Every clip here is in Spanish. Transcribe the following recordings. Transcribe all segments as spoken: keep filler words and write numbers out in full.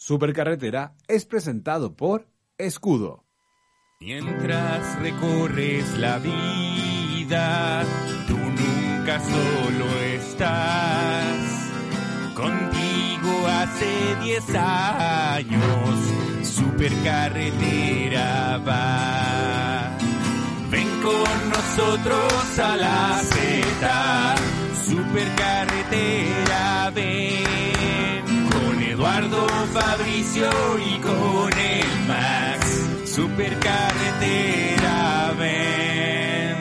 Supercarretera es presentado por Escudo. Mientras recorres la vida, tú nunca solo estás. Contigo hace diez años, Supercarretera va. Ven con nosotros a la Z, Supercarretera ven. Con Eduardo, Fabricio y con el Max, Supercarretera ven.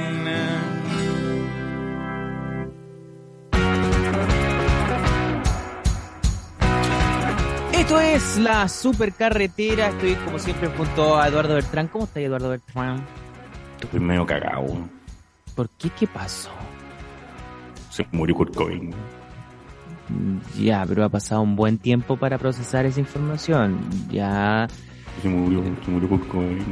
Esto es la Supercarretera. Estoy como siempre junto a Eduardo Bertrán. ¿Cómo está Eduardo Bertrán? Estoy medio cagado. ¿Por qué? ¿Qué pasó? Se murió Kurt Cobain. Ya, pero ha pasado un buen tiempo para procesar esa información. Ya... Se murió, se murió Kurt Cobain.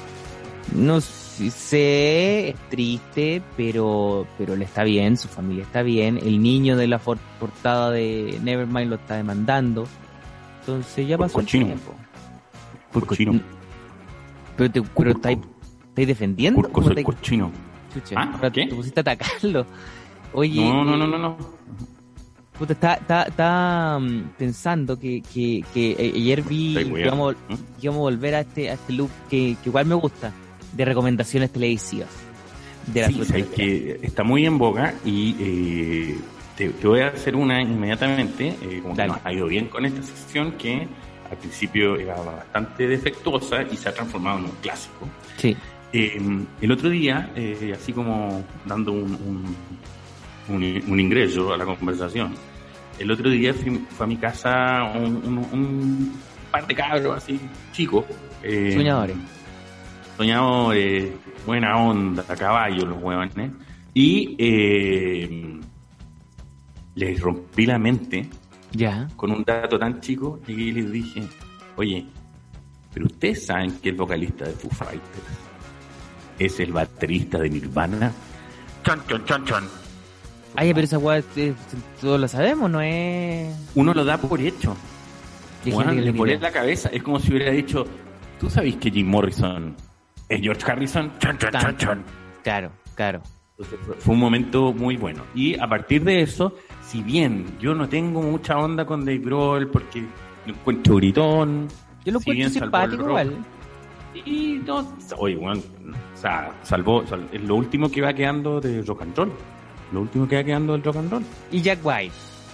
No sé, es triste, pero pero le está bien, su familia está bien. El niño de la for- portada de Nevermind lo está demandando. Entonces ya Por pasó cochino. el tiempo. Por cochino. Pero te pero estáis, estáis defendiendo. Kurt ¿Cómo Cobain, estáis- cochino. Chucha, Ah, ahora ¿qué? te pusiste a atacarlo. Oye, No, no, no, no, no. puta, está, está, está um, pensando que, que, que eh, ayer vi Estoy que weando. íbamos, que íbamos a volver a este, a este loop que, que igual me gusta, de recomendaciones televisivas. De la Sí, sabes que está muy en boga y eh, te, te voy a hacer una inmediatamente, eh, como que Dale. nos ha ido bien con esta sección que al principio era bastante defectuosa y se ha transformado en un clásico. Sí. Eh, el otro día, eh, así como dando un, un, un, un ingreso a la conversación, el otro día fui, fue a mi casa un, un, un par de cabros así, chicos. Eh, Soñadores. Soñadores, buena onda, a caballo los huevones. Y eh, les rompí la mente Ya. con un dato tan chico y les dije, oye, pero ustedes saben que el vocalista de Foo Fighters es el baterista de Nirvana. Chan, chan, chan, chan. Ay, pero esa weá eh, todos lo sabemos, ¿no es? Uno lo da por hecho. Hay Bueno, gente que le le volé tira. la cabeza. Es como si hubiera dicho, ¿tú sabes que Jim Morrison es George Harrison? Chan, chan, chan, chan. Claro, claro. Entonces fue, fue un momento muy bueno. Y a partir de eso, si bien yo no tengo mucha onda con Dave Grohl porque lo encuentro gritón, Yo lo si bien encuentro salvó el simpático rock, igual. y no, oye, bueno, o sea, salvó, sal- es lo último que va quedando de rock and roll. Lo último que va quedando del rock and roll. Y Jack White.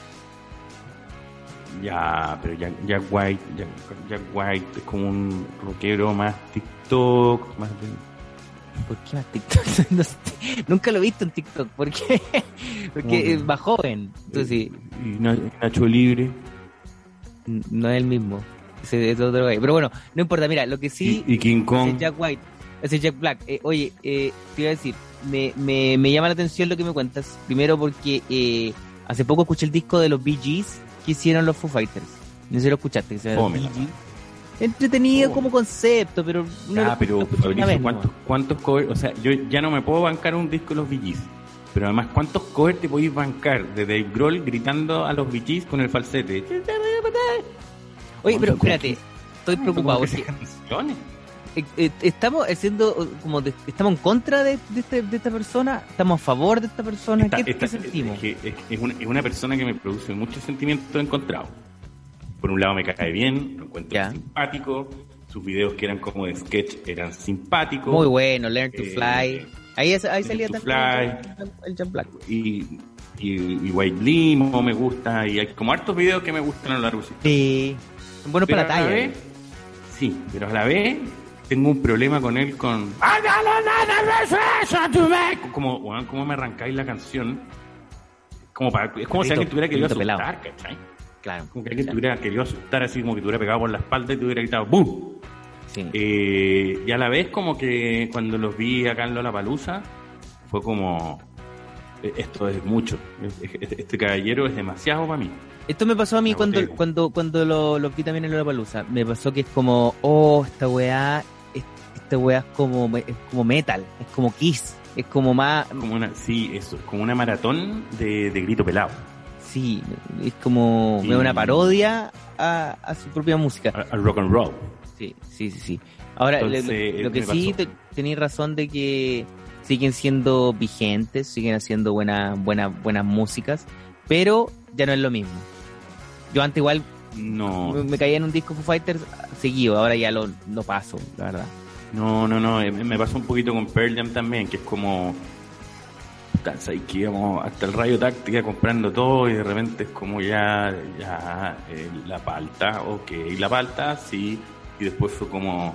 Ya, pero Jack, Jack White, Jack, Jack White es como un rockero más TikTok, más de... ¿Por qué más TikTok? No sé, nunca lo he visto en TikTok. ¿Por qué? Porque Bueno. es más joven. Entonces, sí, y Na- Nacho Libre. n- no es el mismo. Ese es otro güey. Pero bueno, no importa. Mira, lo que sí... y, y King Kong. Ese Jack White, ese Jack Black. Eh, oye, eh, te iba a decir, me, me, me llama la atención lo que me cuentas. Primero porque eh, hace poco escuché el disco de los Bee Gees que hicieron los Foo Fighters. No sé si lo escuchaste. Que se llama Fome, Bee la Gees. Entretenido Fome. como concepto, pero... no Ah, lo- pero lo escuché una Fabricio, vez ¿cuántos, nomás. ¿cuántos covers? O sea, yo ya no me puedo bancar un disco de los Bee Gees. Pero además, ¿cuántos covers te podéis bancar de Dave Grohl gritando a los Bee Gees con el falsete? Oye, pero ¿Cómo espérate, que- estoy preocupado ¿Cómo que porque esas canciones? eh, eh, estamos haciendo uh, como de- estamos en contra de, de, este- de esta persona, estamos a favor de esta persona. Esta- ¿Qué, esta- qué sentimos? Es, que es, es una, es una persona que me produce muchos sentimientos encontrados. Por un lado me cae bien, lo encuentro Ya. simpático, sus videos que eran como de sketch eran simpáticos. Muy bueno, Learn to Eh, Fly. Ahí, es- ahí Learn salía to también el, el Jack Black. Y, y, y White Limo me gusta, y hay como hartos videos que me gustan a lo largo de su Sí, son buenos Pero para a la la talla. vez, sí, pero a la vez tengo un problema con él con como, weón, cómo me arrancáis la canción como para, es como si Perrito- alguien tuviera querido perrito pelado. asustar, ¿cachai? Claro. Como que alguien tuviera querido asustar, así como que te hubiera pegado por la espalda y te hubiera gritado ¡bum! Sí. Eh, y a la vez como que cuando los vi acá en Lollapalooza fue como eh, esto es mucho, este, este caballero es demasiado para mí. Esto me pasó a mí Me cuando, agoté. cuando, cuando lo, lo vi también en Lollapalooza. Me pasó que es como, oh, esta weá, es- esta weá es como, es como metal, es como Kiss, es como más, Como una, sí, eso, como una maratón de, de grito pelado. Sí, es como Y- una parodia a, a su propia música. Al rock and roll. Sí, sí, sí, sí. Ahora, le- Entonces, lo, lo que me sí pasó. te- tenéis razón de que siguen siendo vigentes, siguen haciendo buenas buenas buenas músicas, pero ya no es lo mismo. Yo antes igual No, me, me caía en un disco Foo Fighters seguido, ahora ya lo, lo paso, la verdad. no, no, no. eh, Me pasó un poquito con Pearl Jam también, que es como. puta, ¿sabes qué? Íbamos hasta el Radio Táctica comprando todo y de repente es como ya. ya eh, la palta, ok, la palta, sí. Y después fue como.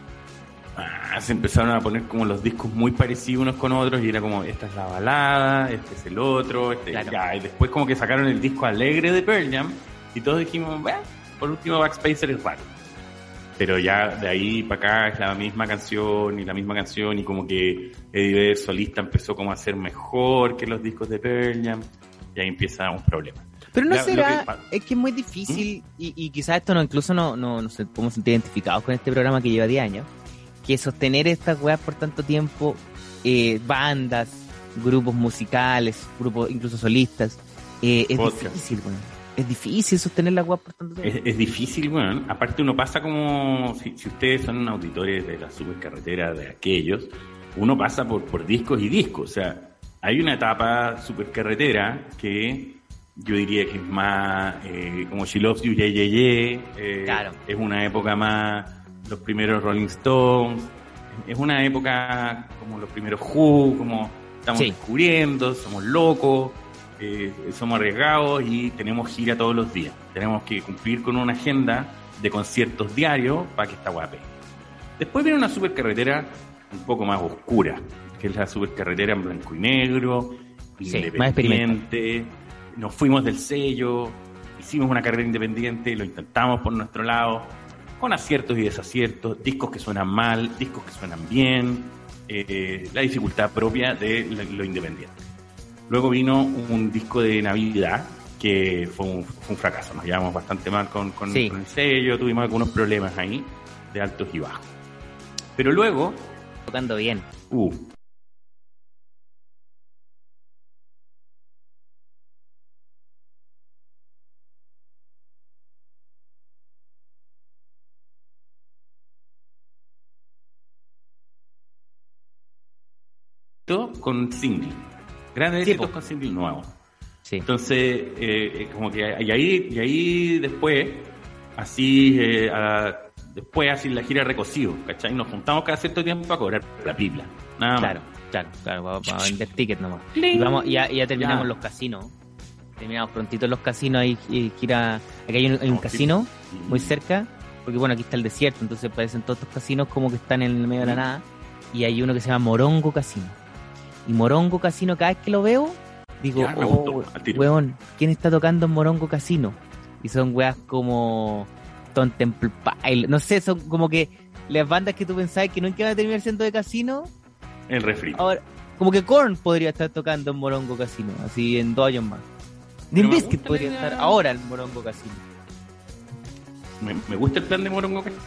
ah, se empezaron a poner como los discos muy parecidos unos con otros y era como, esta es la balada, este es el otro, este Claro. ya. Y después como que sacaron el disco alegre de Pearl Jam y todos dijimos, bueno, por último Backspacer es raro. Pero ya de ahí para acá es la misma canción y la misma canción y como que Eddie Vedder solista empezó como a ser mejor que los discos de Pearl Jam y ahí empieza un problema. Pero no Ya, lo será, que pa- es que es muy difícil, y, y quizás esto no incluso no, no, no sé, podemos sentir identificados con este programa que lleva diez años, que sostener estas weas por tanto tiempo, eh, bandas, grupos musicales, grupos incluso solistas, eh, es Podcast. difícil, weón. Es difícil sostener las weas por tanto tiempo. Es, es difícil, bueno, aparte uno pasa como, si, si ustedes son auditores de la supercarretera de aquellos, uno pasa por, por discos y discos, o sea, hay una etapa supercarretera que yo diría que es más eh, como She Loves You, Yeah, Yeah, Yeah, eh, Claro. es una época más los primeros Rolling Stones, es una época como los primeros Who, como estamos Sí. descubriendo, somos locos, eh, somos arriesgados y tenemos gira todos los días. Tenemos que cumplir con una agenda de conciertos diarios para que esta guape. Después viene una supercarretera un poco más oscura, que es la supercarretera en blanco y negro, Sí, más independiente. Nos fuimos del sello, hicimos una carrera independiente, lo intentamos por nuestro lado, con aciertos y desaciertos, discos que suenan mal, discos que suenan bien, eh, la dificultad propia de lo, lo independiente. Luego vino un disco de Navidad que fue un, fue un fracaso, nos llevamos bastante mal con, con, Sí. con el sello, tuvimos algunos problemas ahí, de altos y bajos. Pero luego, Tocando bien. uh, con single, grandes Sí, éxitos po. con single nuevos. Sí. Entonces, eh, eh, como que, y ahí, y ahí después, así, eh, a- después así la gira recocido, ¿cachai? Nos juntamos cada cierto tiempo a cobrar la pibla, nada más. Claro, claro, claro, vamos a vender tickets nomás. Cling. Y vamos, ya, ya terminamos Ya. los casinos. Terminamos prontito los casinos, hay, hay gira, aquí hay un, hay un No, sí. casino Sí. muy cerca, porque bueno, aquí está el desierto, entonces parecen todos estos casinos como que están en el medio de la Mm. nada, y hay uno que se llama Morongo Casino. Y Morongo Casino, cada vez que lo veo, digo, Ya, me oh, gustó, al tiro. weón, ¿quién está tocando en Morongo Casino? Y son weas como Stone Temple Pilots, no sé, son como que las bandas que tú pensabas que nunca iban a terminar siendo de casino, El refrito. ahora, como que Korn podría estar tocando en Morongo Casino, así en dos años más. Pero Limp me Bizkit gusta podría la idea. estar ahora en Morongo Casino. Me, me gusta el plan de Morongo. que-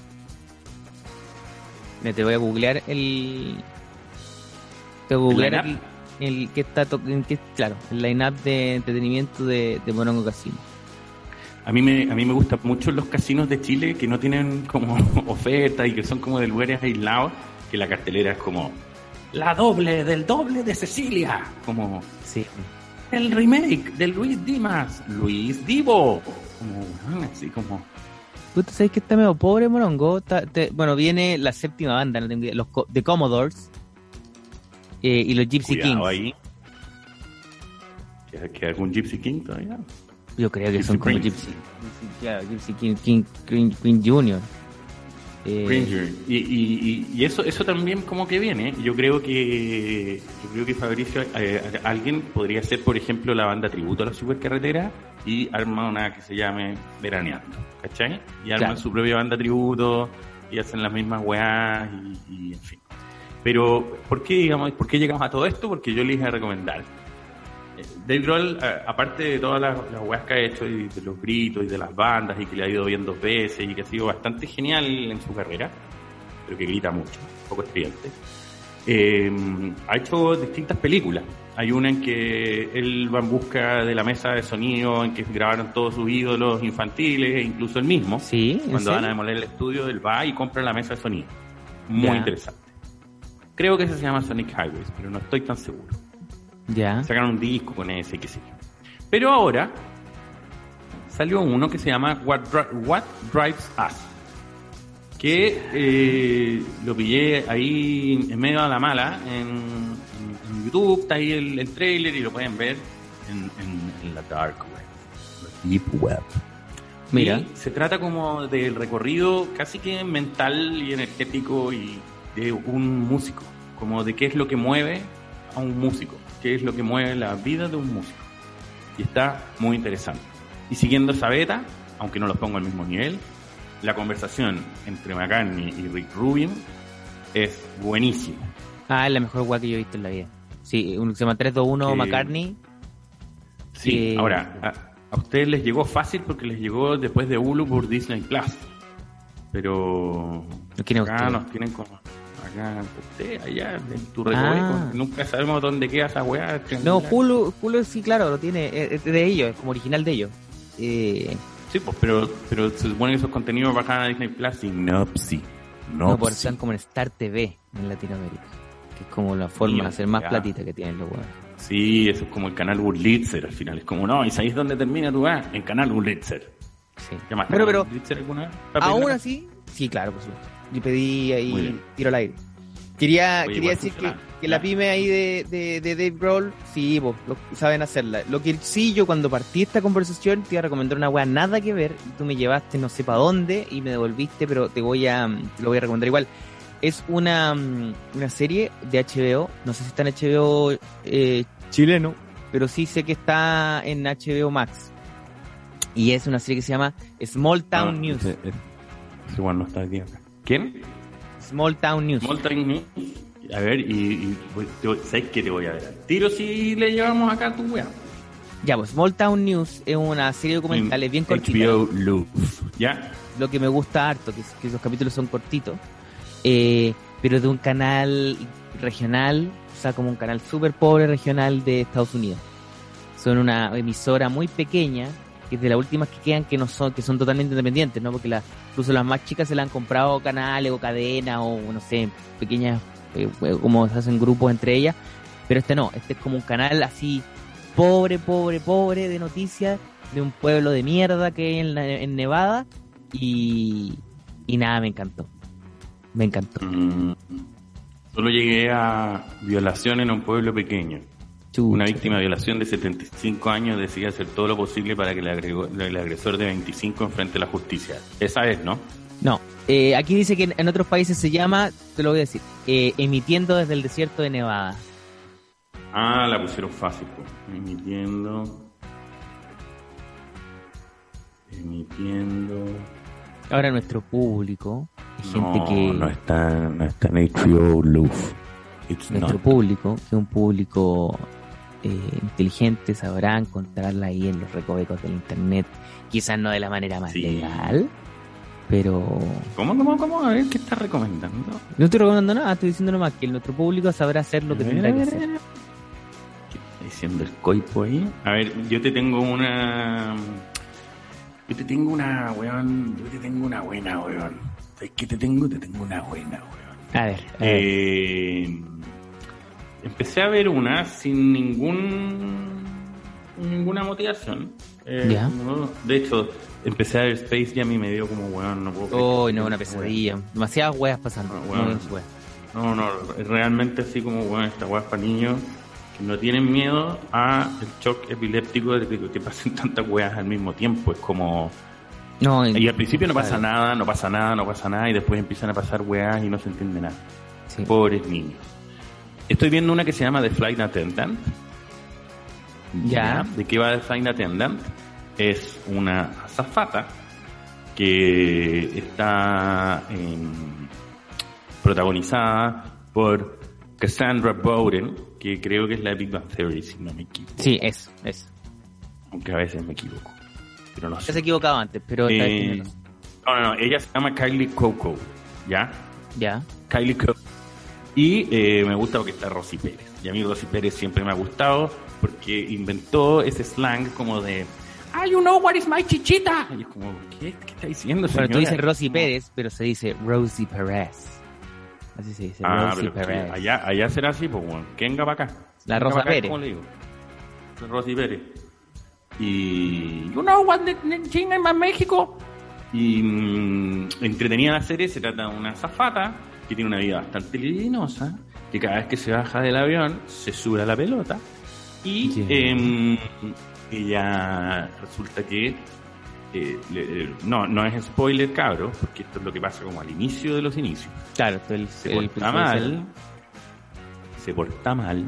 Mira, te voy a googlear el. Te voy a googlear ¿El aquí el que está to- en que, claro, el line-up de entretenimiento de, de Morongo Casino. A mí me a mí me gustan mucho los casinos de Chile que no tienen como oferta y que son como de lugares aislados, que la cartelera es como la doble del doble de Cecilia, como Sí. el remake de Luis Dimas, Luis Divo, como bueno, así como Tú te sabes que está medio pobre Morongo. Está- te- bueno, viene la séptima banda, no tengo idea, los Co- The Commodores eh, y los Gypsy cuidado Kings. ahí. ¿Queda, queda algún Gypsy King todavía? Yo creo que Gypsy son como Prince. Gypsy. Gypsy, claro, Gypsy King, King, Queen, Queen Junior. Eh, Granger. Y, y, y, y eso eso también como que viene. Yo creo que yo creo que Fabricio, eh, alguien podría hacer, por ejemplo, la banda tributo a la supercarretera y arma una que se llame Veraneando, ¿cachai? Y arman Claro. su propia banda tributo y hacen las mismas weás y, y en fin. Pero, ¿por qué, digamos, por qué llegamos a todo esto? Porque yo les iba a recomendar. Eh, Dave Grohl, a- aparte de todas las, las weas que ha hecho y de los gritos y de las bandas y que le ha ido bien dos veces y que ha sido bastante genial en su carrera, pero que grita mucho, un poco estridente, Eh, ha hecho distintas películas. Hay una en que él va en busca de la mesa de sonido en que grabaron todos sus ídolos infantiles, e incluso él mismo. Sí, Cuando ¿en van a serio? demoler el estudio, él va y compra la mesa de sonido. Muy Ya. interesante. Creo que ese se llama Sonic Highways, pero no estoy tan seguro. Ya. Sacaron un disco con ese y qué sé yo. Pero ahora salió uno que se llama What, Dri- What Drives Us, que eh, lo pillé ahí en medio de la mala en, en- en YouTube. Está ahí el, el trailer y lo pueden ver en, en- en la dark web, la deep web. Mira. Y se trata como del recorrido casi que mental y energético y de un músico, como de qué es lo que mueve a un músico, qué es lo que mueve la vida de un músico. Y está muy interesante. Y siguiendo esa beta, aunque no los pongo al mismo nivel, la conversación entre McCartney y Rick Rubin es buenísima. Ah, es la mejor weá que yo he visto en la vida. Sí, uno que se llama tres dos uno Que- McCartney. Sí, Eh, ahora, a, a ustedes les llegó fácil porque les llegó después de Hulu por Disney Plus. Pero ¿Quién es acá usted? nos tienen como... Acá, usted, allá, en tu Ah. recoveco. Nunca sabemos dónde queda esa weá. No, Hulu, Hulu sí, claro, lo tiene, es es de ellos, es como original de ellos. Eh, Sí, pues, pero, pero se supone que esos contenidos bajan a Disney Plus y no, sí. No, no, por sí. están como en Star T V en Latinoamérica, que es como la forma Sí, de hacer más ya. platita que tienen los weones. Sí, eso es como el canal Wurlitzer al final. Es como, no, ¿y sabéis dónde termina tu weá? En canal Wurlitzer. Sí. ¿Llamaste Pero, a pero, Wurlitzer alguna vez? ¿Para pedir aún la- así, sí, claro, por supuesto. Yo pedí Muy ahí bien. tiro al aire. Quería, Oye, quería igual decir que, funciona. que la Ya. pyme ahí de, de, de Dave Grohl, sí, vos, lo, saben hacerla. Lo que sí, yo cuando partí esta conversación te iba a recomendar una weá nada que ver, y tú me llevaste no sé para dónde y me devolviste, pero te voy a, te lo voy a recomendar igual. Es una, mm, una serie de H B O, no sé si está en H B O eh, chileno, pero sí sé que está en H B O Max. Y es una serie que se llama Small Town No, News. Ese, ese- ese igual no está aquí acá. ¿Quién? Small Town News. Small Town News. A ver, y, y voy- te voy- ¿sabes qué te voy a ver? al tiro si le llevamos acá a tu weá. Ya, pues Small Town News es una serie documental, es bien H B cortita. O Loop. ¿Ya? Lo que me gusta harto, que, que los capítulos son cortitos, eh, pero de un canal regional, o sea, como un canal súper pobre regional de Estados Unidos. Son una emisora muy pequeña, que es de las últimas que quedan, que no son, que son totalmente independientes, ¿no? Porque las, incluso las más chicas se las han comprado canales o cadenas o, no sé, pequeñas, eh, como se hacen grupos entre ellas, pero este no, este es como un canal así, pobre, pobre, pobre de noticias de un pueblo de mierda que hay en, la- en Nevada y, y nada, me encantó. Me encantó. Mm, solo llegué a violación en un pueblo pequeño. Chucha. Una víctima de violación de setenta y cinco años decide hacer todo lo posible para que el, agregó- el agresor de veinticinco enfrente a la justicia. Esa es, ¿no? No, eh, aquí dice que en, en otros países se llama, te lo voy a decir, eh, emitiendo desde el desierto de Nevada. Ah, la pusieron fácil, pues. Emitiendo. Emitiendo. Ahora nuestro público, hay gente No, que... no está, no está en H B O Love. It's nuestro not. público, que es un público eh, inteligente, sabrá encontrarla ahí en los recovecos del internet. Quizás no de la manera más Sí. legal, pero... ¿Cómo, cómo, cómo? A ver, ¿qué está recomendando? No estoy recomendando nada, estoy diciendo nomás que nuestro público sabrá hacer lo que A ver, tendrá a que ver, hacer. a ver. ¿Qué está diciendo el coipo ahí? A ver, yo te tengo una... Yo te tengo una, weón. Yo te tengo una buena, weón. ¿Sabes qué te tengo? Te tengo una buena, weón. A ver, a ver. Eh, empecé a ver una sin ningún ninguna motivación. Eh, Ya. no, de hecho, empecé a ver Space Jam y me dio como, weón, no puedo creer Oh, que- no, una pesadilla. Demasiadas weas pasando. Ah, bueno. No, es wea. No, no, realmente así como, bueno, esta weá es para niños que no tienen miedo a el shock epiléptico de que, que pasen tantas weas al mismo tiempo. Es como... No, Y al principio no pasa claro. nada, no pasa nada, no pasa nada, y después empiezan a pasar weas y no se entiende nada. Sí. Pobres niños. Estoy viendo una que se llama The Flight Attendant. Ya. ¿De qué va The Flight Attendant? Es una azafata que está em, protagonizada por Cassandra Bowden, que creo que es la de Big Bang Theory, si no me equivoco. Sí, eso, eso. Aunque a veces me equivoco. Pero no Ya sé. se he equivocado antes, pero esta vez Eh, tiene razón. no, no, no. Ella se llama Kylie Coco. ¿Ya? Ya. Kylie Coco. Y eh, me gusta porque está Rosy Pérez. Y a mí Rosy Pérez siempre me ha gustado porque inventó ese slang como de "Ah, you know what is my chichita?" Y es como, ¿qué, qué está diciendo, señora? Bueno, tú dices Rosy Pérez, pero se dice Rosie Perez. Así se dice, Ah, Rosie pero Perez. allá, allá será así, pues bueno, que venga para acá. La Venga Rosa pa' acá, Pérez. ¿cómo le digo? La Rosy Pérez. Y you know what the thing in México. Y mmm, entretenida la serie, se trata de una azafata que tiene una vida bastante libidinosa, que cada vez que se baja del avión se sube a la pelota y Yeah. eh, ella resulta que eh, le- no no es spoiler, cabros, porque esto es lo que pasa como al inicio de los inicios. Claro, esto es el, Se el- porta el- mal, se porta mal,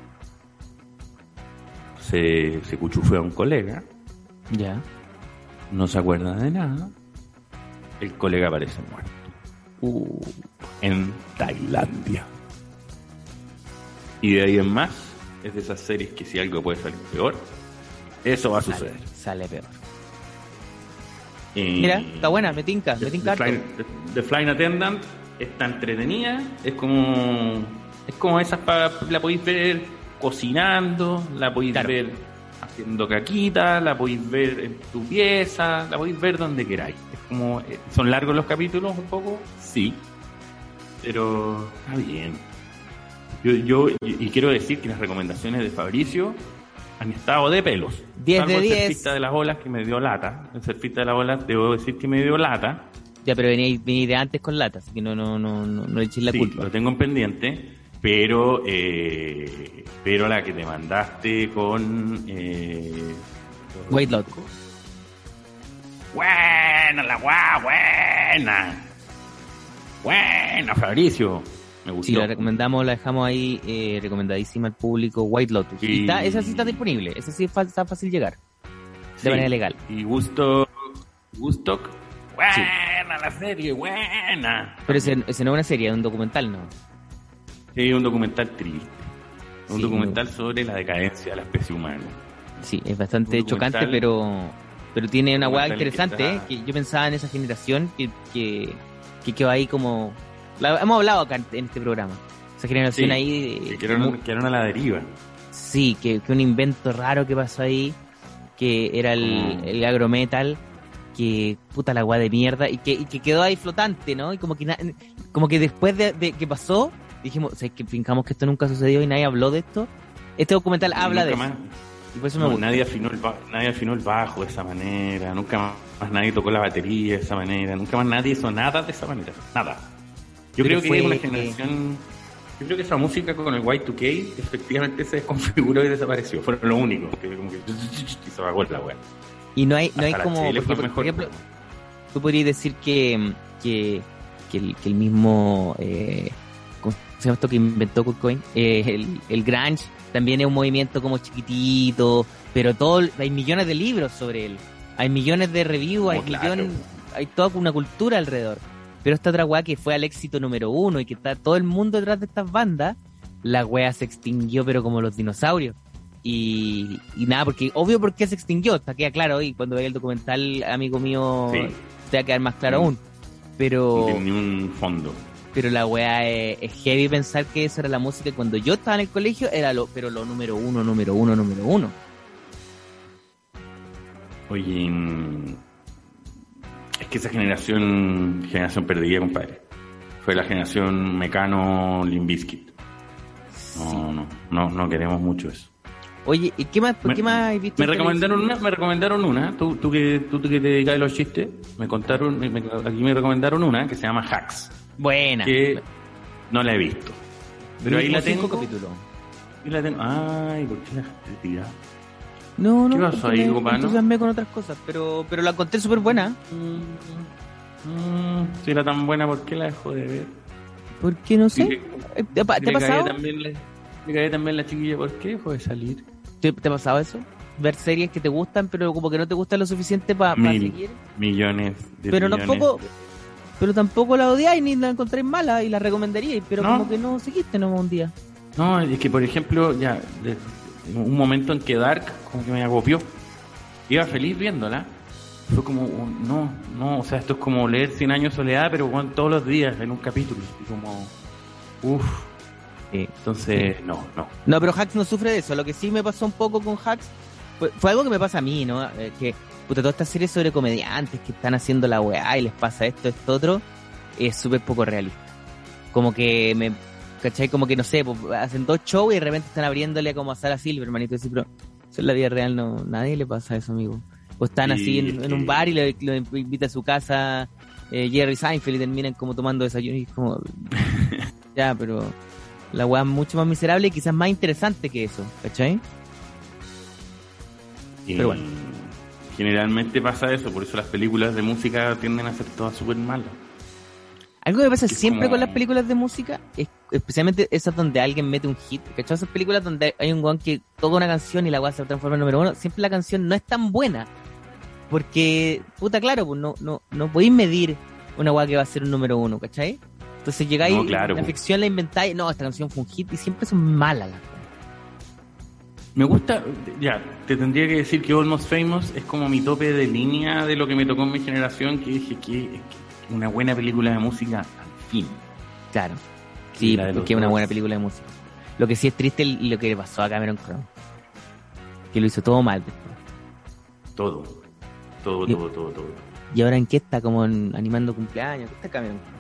se, se cuchufea a un colega, Ya. no se acuerda de nada, el colega aparece muerto. Uh, En Tailandia. Y de ahí en más, es de esas series que si algo puede salir peor, eso va a sale, suceder. sale peor. Y Mira, está buena, me tinca, me The, tinca The harto. Flying, The Flying Attendant está entretenida, es como es como esas para la podéis ver cocinando, la podéis Claro. ver haciendo caquita, la podéis ver en tu pieza, la podéis ver donde queráis. Es como eh, son largos los capítulos un poco, sí, pero está bien. Yo, yo y quiero decir que las recomendaciones de Fabricio han estado de pelos. diez Salvo de el diez. surfista de las olas que me dio lata. El surfista de las olas, debo decir que me dio lata. Ya, pero venía, venía de antes con latas, así que no, no, no, no, no le eches la Sí, culpa. lo tengo en pendiente, pero eh, pero la que te mandaste con eh, White Lotus. buena, la guá, buena, buena, Fabricio, me gustó. Sí, la recomendamos, la dejamos ahí eh, recomendadísima al público, White Lotus. Y- Y está, esa sí está disponible, esa sí fa- está fácil llegar, de Sí. manera legal. Y Gusto, Gustock, buena la serie, buena. Pero ese, ese no es una serie, es un documental, ¿no? Sí, un documental triste, un Sí, documental sobre la decadencia de la especie humana. Sí, es bastante Un chocante, documental- pero pero tiene una hueá documental que interesante, está- ¿eh? Que yo pensaba en esa generación que, que, que quedó ahí como... La, hemos hablado acá en, en este programa. Esa generación Sí, ahí... Que eh, quedaron, mu- quedaron a la deriva. Sí, que, que un invento raro que pasó ahí, que era el, Como- el agrometal, que puta la guay de mierda, y que, y que quedó ahí flotante, ¿no? Y como que na- como que después de, de que pasó, dijimos, o sea, que fincamos que esto nunca sucedió y nadie habló de esto. Este documental Y habla nunca de más, eso. Y por eso me no, gusta. nadie, afinó el ba- nadie afinó el bajo de esa manera, nunca más nadie tocó la batería de esa manera, nunca más nadie hizo nada de esa manera, nada. Yo Pero creo que fue- es una generación... Yo creo que esa música con el Y dos K efectivamente se desconfiguró y desapareció. Fueron lo único. Que como que y se apagó la wea. Y no hay, no hay Hasta la como, Chile fue porque, por mejor. ejemplo, tú podrías decir que, que, que, el, que el mismo, eh, ¿cómo se llama esto que inventó Kurt Cobain? Eh, el, el grunge también es un movimiento como chiquitito, pero todo, hay millones de libros sobre él, hay millones de reviews, hay Oh, claro. millones, hay toda una cultura alrededor. Pero esta otra weá que fue al éxito número uno y que está todo el mundo detrás de estas bandas, la weá se extinguió pero como los dinosaurios. Y, y nada, porque obvio por qué se extinguió, está queda claro, y cuando vea el documental, amigo mío, Sí. te va a quedar más claro Mm. aún. No Pero, tiene ni un fondo. pero la weá es, es heavy pensar que eso era la música y cuando yo estaba en el colegio era lo, pero lo número uno, número uno, número uno. Oye, mm, es que esa generación, generación perdida, compadre. Fue la generación Mecano Limp Bizkit. No, no, no, no queremos mucho eso. Oye, ¿y qué más, por Me- qué más has visto? Me en recomendaron televisión? una, me recomendaron una, tú, tú que tú, tú que te dedicas a los chistes, me contaron, me- me- aquí me recomendaron una que se llama Hacks, Buena. que no la he visto. Pero ahí Vi la como cinco tengo. capítulos. Y la tengo. Ay, ¿por qué la dejaste tirada? No, no, ¿Qué pasó porque ahí, me compa, no? entusiasmé con otras cosas, pero, pero la encontré súper buena. Mm, si era tan buena, ¿por qué la dejó de ver? ¿Por qué no Y sé? que- Eh, ¿Te, ha pa- te ha Le cae pasado? también la- le cae también la chiquilla, ¿por qué dejó de salir? ¿Te, te ha pasado eso? Ver series que te gustan, pero como que no te gustan lo suficiente para Mil seguir. millones de Pero millones tampoco, de- pero tampoco la odiáis ni la encontréis mala y la recomendaríais, pero No. como que no seguiste nomás un día. No, es que por ejemplo, ya, de- un momento en que Dark como que me agobió. Iba feliz viéndola. Fue como, un- no, no, o sea, esto es como leer Cien años de soledad, pero bueno, todos los días en un capítulo. Y como, uff, Sí. Entonces, Sí. no, no. No, pero Hacks no sufre de eso. Lo que sí me pasó un poco con Hacks fue, fue algo que me pasa a mí, ¿no? Eh, que, puta, todas estas series sobre comediantes que están haciendo la weá y les pasa esto, esto, otro, es súper poco realista. Como que me, ¿cachai? Como que, no sé, pues, hacen dos shows y de repente están abriéndole como a Sarah Silverman y tú decís, pero eso en la vida real no, nadie le pasa eso, amigo. O están Sí, así en, es en un que- bar y le, lo invita a su casa eh, Jerry Seinfeld y terminan como tomando desayuno y es como, ya, pero la weá es mucho más miserable y quizás más interesante que eso, ¿cachai? Y Pero bueno. generalmente pasa eso, por eso las películas de música tienden a ser todas súper malas. Algo que pasa Es siempre como- con las películas de música, es, especialmente esas donde alguien mete un hit, ¿cachai? Esas películas donde hay un weón que toca una canción y la weá se transforma en número uno, siempre la canción no es tan buena. Porque, puta, claro, pues no, no, no podéis medir una weá que va a ser un número uno, ¿cachai? Entonces llegáis, No, claro, la pues. ficción la inventáis, no, esta canción fue un hit y siempre son malas las weas. Me gusta, ya, te tendría que decir que Almost Famous es como mi tope de línea de lo que me tocó en mi generación, que dije que, que una buena película de música, al fin. Claro. Sí, La de los porque es una dos. buena película de música. Lo que sí es triste es lo que le pasó a Cameron Crowe. Que lo hizo todo mal después. Todo, todo, Y- todo, todo, todo. ¿Y ahora en qué está? Como en- animando cumpleaños. ¿Qué está Cameron Crowe?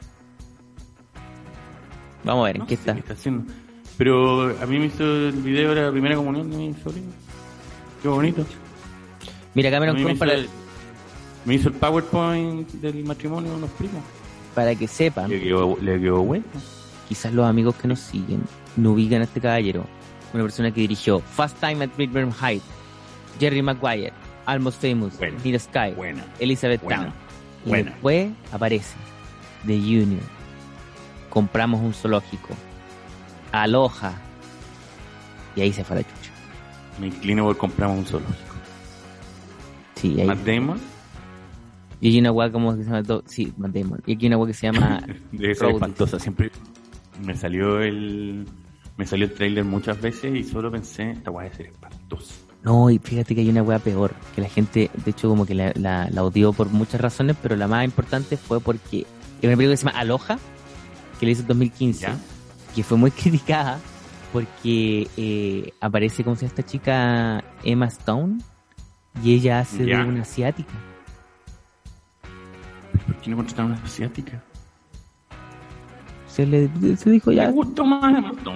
Vamos a ver, ¿en No qué sé está? qué está haciendo. Pero a mí me hizo el video de la primera comunión de mi sobrino. Qué bonito. Mira, A Cameron mí me, Crowe, hizo para, el, me hizo el PowerPoint del matrimonio de unos primos. para que sepan, Le quedó, le quedó bueno. quizás los amigos que nos siguen no ubican a este caballero. Una persona que dirigió Fast Time at Ridgemont High, Jerry Maguire, Almost Famous, Buena. Need a Sky, Buena. Elizabeth Buena. Town. Y Buena. después aparece The Union, Compramos un zoológico, Aloha, y ahí se fue la chucha. Me inclino por compramos un zoológico. Sí, ahí. Matt Damon Y hay una weá como que se llama, Do- sí, Matt Damon. Y aquí hay una weá que se llama debe ser Roadies. espantosa. Siempre me salió el me salió el trailer muchas veces y solo pensé, esta guay debe ser espantosa. No, y fíjate que hay una weá peor, que la gente, de hecho, como que la, la, la odió por muchas razones, pero la más importante fue porque hay una película que se llama Aloha, que la hizo en dos mil quince, ¿Ya? que fue muy criticada porque eh, aparece, ¿cómo se llama esta chica? Emma Stone, y ella hace Ya. de una asiática. ¿Por qué no contrataron una asiática? Se le se dijo ya, Me gustó más Emma Stone.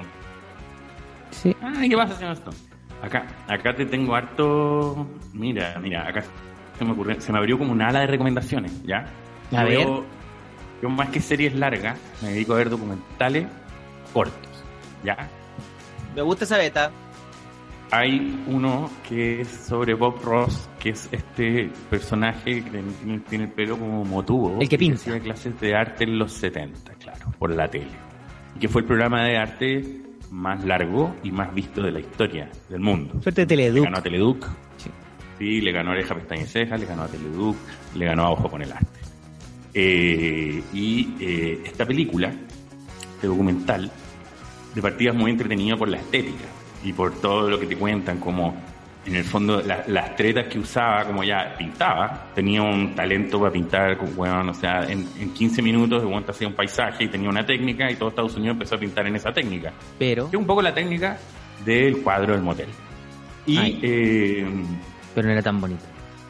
sí. Ah, ¿qué pasa, Emma Stone? Acá, acá te tengo harto. Mira, mira, acá se me ocurrió, se me abrió como un ala de recomendaciones, ¿ya? A Yo ver. veo- yo más que series largas, me dedico a ver documentales cortos, ¿ya? Me gusta esa beta. Hay uno que es sobre Bob Ross, que es este personaje que tiene, tiene el pelo como motudo. El que y pinta. hacía clases de arte en los setenta, claro, por la tele. Y que fue el programa de arte más largo y más visto de la historia del mundo. Suerte de Le Teleduc. ganó a Teleduc. Sí. Sí, le ganó a Oreja, Pestaña y Ceja, le ganó a Teleduc, le ganó a Ojo con el Arte. Eh, y eh, esta película, este documental, de partida es muy entretenido por la estética y por todo lo que te cuentan, como en el fondo la- las tretas que usaba, como ya pintaba, tenía un talento para pintar, como, bueno, o sea, en, en quince minutos de momento hacía un paisaje y tenía una técnica y todo Estados Unidos empezó a pintar en esa técnica. Pero, Que es un poco la técnica del cuadro del motel. Y, Ay. eh, pero no era tan bonito.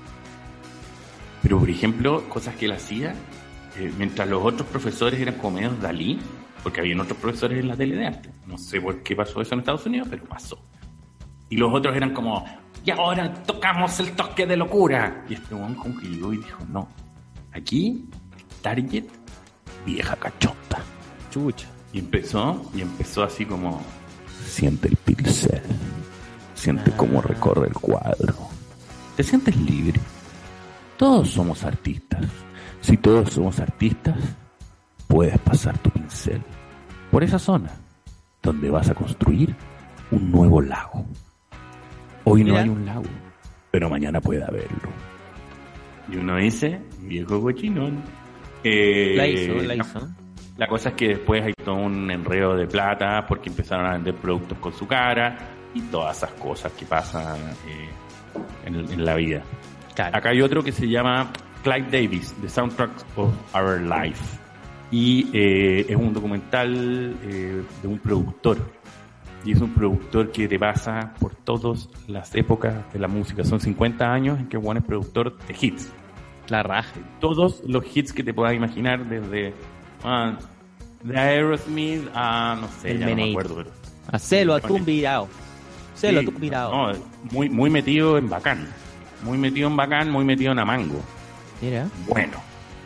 pero por ejemplo, cosas que él hacía, eh, mientras los otros profesores eran como medios Dalí, porque habían otros profesores en la tele de arte. No sé por qué pasó eso en Estados Unidos, pero pasó. Y los otros eran como, y ahora tocamos el toque de locura. Y este hombre como que llegó y dijo, no, aquí, target, vieja cachonda. Chucha. Y empezó, y empezó así como, siente el pincel, siente Ah. cómo recorre el cuadro. ¿Te sientes libre? Todos somos artistas. Si todos somos artistas, puedes pasar tu pincel por esa zona donde vas a construir un nuevo lago. Hoy no Mira. hay un lago, pero mañana puede haberlo. Y uno dice, viejo cochinón. Eh, La hizo, la hizo. La cosa es que después hay todo un enredo de plata porque empezaron a vender productos con su cara y todas esas cosas que pasan eh, en, en la vida. Claro. Acá hay otro que se llama Clive Davis, The Soundtrack of Our Life. y eh, es un documental eh, de un productor. Y es un productor que te pasa por todas las épocas de la música. Son cincuenta años en que Juan es productor de hits. La raja. Todos los hits que te puedas imaginar, desde ah, de Aerosmith a, no sé, El ya Meneíto. no me acuerdo. Pero, Hacelo a tu virado. Hacelo sí, a tu virado. no, muy, muy metido en bacán. Muy metido en bacán, muy metido en Amango. Mira. Bueno.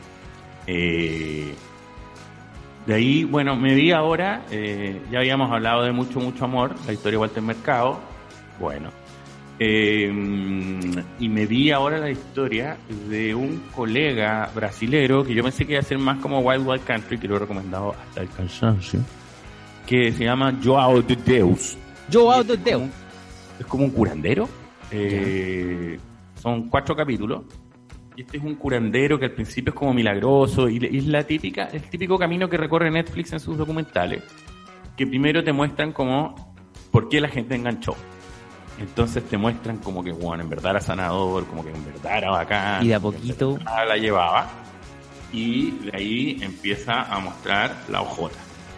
Eh, de ahí, bueno, me vi ahora, eh, ya habíamos hablado de Mucho, Mucho Amor, la historia de Walter Mercado. Bueno. Eh, y me vi ahora la historia de un colega brasilero que yo pensé que iba a ser más como Wild Wild Country, que lo he recomendado hasta el cansancio, que se llama Joao de Deus. Joao de Deus. Como, es como un curandero. Eh, son cuatro capítulos. Y este es un curandero que al principio es como milagroso y es la típica, el típico camino que recorre Netflix en sus documentales, que primero te muestran como por qué la gente enganchó. Entonces te muestran como que, bueno, en verdad era sanador, como que en verdad era bacán. Y de a poquito la llevaba. Y de ahí empieza a mostrar la ojota.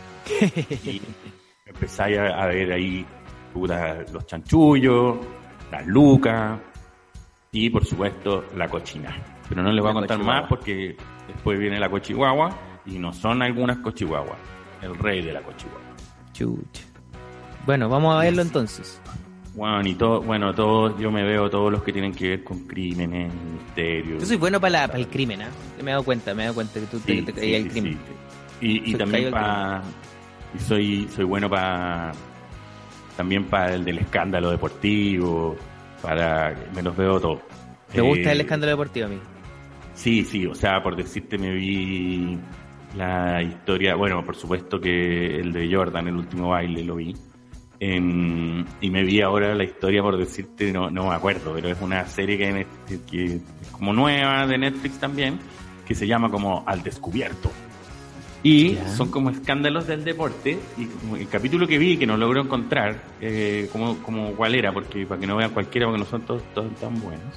Y empezáis a, a ver ahí puta, los chanchullos, las lucas y, por supuesto, la cochina. Pero no les voy a contar más porque después viene la cochihuahua y no son algunas cochihuahuas. El rey de la cochihuahua. Chucha. Bueno, vamos a verlo entonces. Bueno, y todo, bueno, todos, yo me veo todos los que tienen que ver con crímenes, misterios. Yo soy bueno para, la, para el crimen, ¿eh? Me he dado cuenta, me he dado cuenta que tú Sí, te, te sí, caías sí, el crimen. sí. Y, y Soy también caído al para... Y soy, soy bueno para... También para el del escándalo deportivo, para... Me los veo todos. ¿Te gusta Eh, el escándalo deportivo, amigo? Sí, sí, o sea, por decirte, me vi la historia... Bueno, por supuesto que el de Jordan, el último baile, lo vi. En, y me vi ahora la historia, por decirte, no, no me acuerdo, pero es una serie que, en, que es como nueva de Netflix también, que se llama como Al Descubierto. Y Ya. son como escándalos del deporte, y como el capítulo que vi, que no logro encontrar, eh, como, como cuál era, porque para que no vean cualquiera, porque no son todos, todos tan buenos.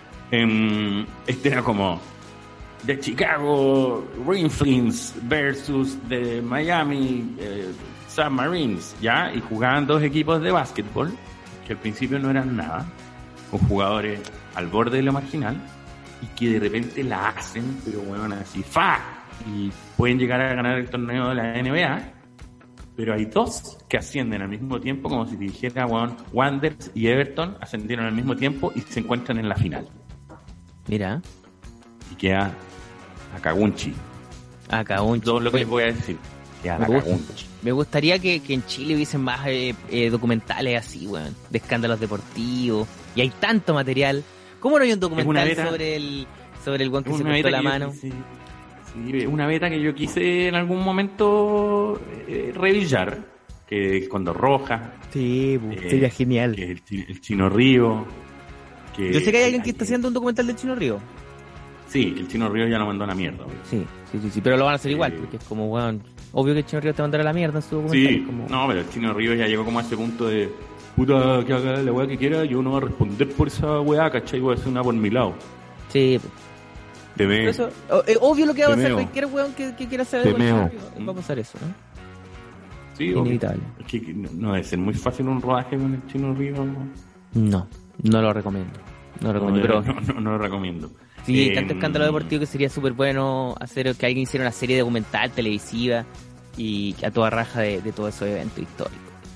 Eh, este era como de Chicago Rinflins versus de Miami eh, Submarines, ¿ya? Y jugaban dos equipos de básquetbol, que al principio no eran nada, con jugadores al borde de lo marginal, y que de repente la hacen, pero bueno, así, ¡fa! Y pueden llegar a ganar el torneo de la N B A, pero hay dos que ascienden al mismo tiempo, como si te dijera, bueno, Wanderers y Everton ascendieron al mismo tiempo y se encuentran en la final. Mira, Y queda a Cagunchi. acá un Todo lo que les voy a decir. Queda Me a gusta. Cagunchi. Me gustaría que, que en Chile hubiesen más eh, eh, documentales así, weón, de escándalos deportivos. Y hay tanto material. ¿Cómo no hay un documental beta- sobre el sobre el weón que Es se una cortó beta la que yo mano? quise- sí, una beta que yo quise en algún momento eh, revisar, que es Condor Roja, Sí, eh, sería genial. que es el, chi- el Chino Río. Que Yo sé que hay alguien que está haciendo un documental del Chino Río. Sí, que el Chino Río ya lo mandó a la mierda. güey. Sí, sí, sí, sí, pero lo van a hacer igual, Sí. porque es como, weón, obvio que el Chino Río te mandará a la mierda en su documental. Sí, es como... no, pero el Chino Río ya llegó como a ese punto de puta, que haga la weá que quiera, yo no voy a responder por esa weá, ¿cachai? Voy a hacer una por mi lado. Sí, Te pero ve. eso, o- eh, obvio lo que va a Te hacer meo. cualquier weón que, que quiera hacer Te algo del meo. Chino Río. Va a pasar eso, ¿no? Sí, obvio. Inevitable. Es que no, no debe ser muy fácil un rodaje con el Chino Río. No, No, no lo recomiendo. No lo recomiendo, pero... no, no, no lo recomiendo. Sí, Eh, tanto escándalo deportivo que sería súper bueno hacer que alguien hiciera una serie documental televisiva y a toda raja de, de todos esos eventos históricos.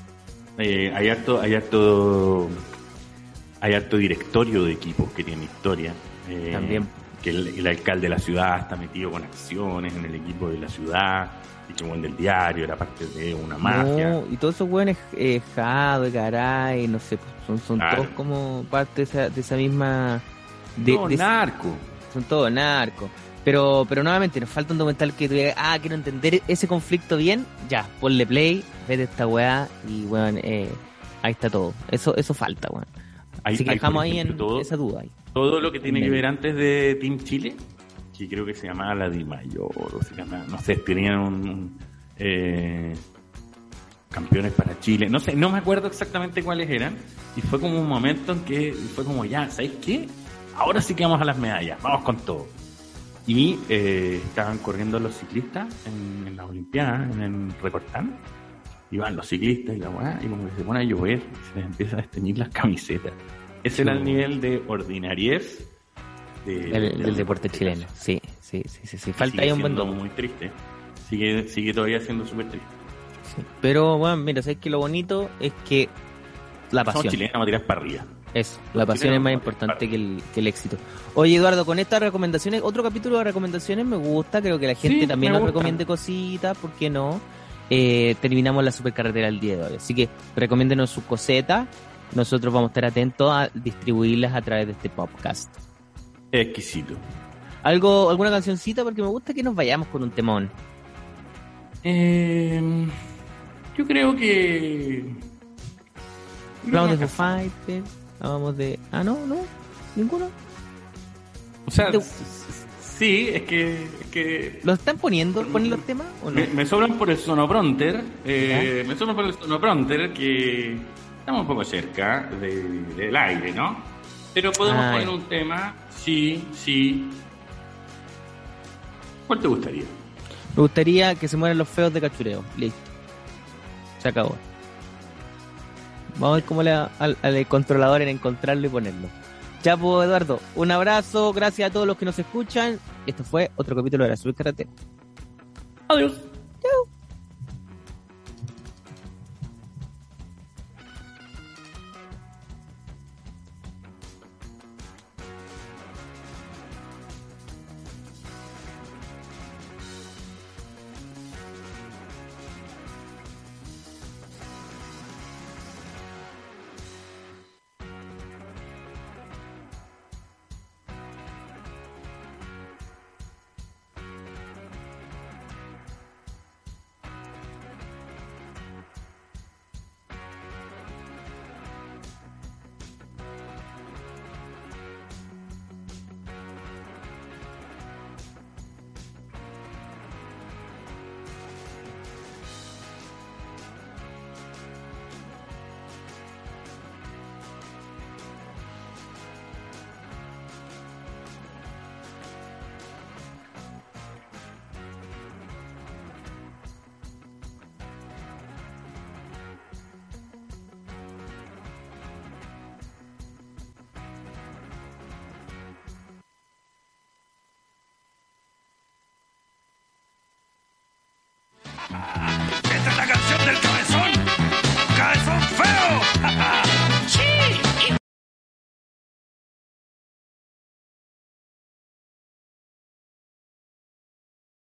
Eh, hay harto, hay harto, hay harto directorio de equipos que tiene historia. Eh, También. Que el, el alcalde de la ciudad está metido con acciones en el equipo de la ciudad, y que bueno, del diario era parte de una mafia. No, y todos esos hueones, eh, Jado, Garay, no sé, pues, son, son Claro. todos como parte de esa, de esa misma... De, no, de- narco. son todos narcos. Pero, pero nuevamente, nos falta un documental que tú digas, ah, quiero entender ese conflicto bien, ya, ponle play, vete esta weá y weón, eh, ahí está todo. Eso, eso falta, weón. Hay- Así que hay, dejamos por ahí ejemplo, en todo, esa duda ahí. todo lo que tiene que Medio. ver antes de Team Chile, que creo que se llamaba la Di Mayor, o se llamaba, no sé, tenían un, un, eh, campeones para Chile, no sé, no me acuerdo exactamente cuáles eran, y fue como un momento en que fue como, ya, ¿sabéis qué? Ahora sí que vamos a las medallas, vamos con todo. Y vi, eh, estaban corriendo los ciclistas en, en las Olimpiadas, en el Recortán. Iban los ciclistas y la weá, y como que se pone a llover, se les empieza a desteñir las camisetas. Ese sí. Era el nivel de ordinariez de, el, del, del deporte, deporte chileno. Sí, sí, sí, sí, sí. Falta ahí un buen domo. Muy triste. Sigue, sigue todavía siendo súper triste. Sí. Pero bueno, mira, sabes que lo bonito es que la pasión. Somos chilenos, vamos a tirar para arriba. Eso, la pasión es más importante que el, que el éxito. Oye, Eduardo, con estas recomendaciones, otro capítulo de recomendaciones me gusta, creo que la gente sí, también nos gusta. Recomiende cositas, ¿por qué no? Eh, terminamos la supercarretera el día de hoy, así que recomiéndenos sus cosetas, nosotros vamos a estar atentos a distribuirlas a través de este podcast. Exquisito. ¿Algo, alguna cancioncita? Porque me gusta que nos vayamos con un temón. Eh, yo creo que... Hablamos de Foo Fighters. Hablamos de... Ah, no, no, ninguno. O sea, ¿te... sí, es que, es que... ¿Los están poniendo? ¿Ponen los temas o no? Me, me sobran por el sonopronter, eh, me sobran por el sonopronter que estamos un poco cerca de, del aire, ¿no? Pero podemos ah, poner un tema, sí, sí. ¿Cuál te gustaría? Me gustaría que se mueran los feos de Cachureo. Listo. Se acabó. Vamos a ver cómo le da al, al controlador en encontrarlo y ponerlo. Ya pues, Eduardo, un abrazo, gracias a todos los que nos escuchan. Esto fue otro capítulo de la Supercarretera. Adiós.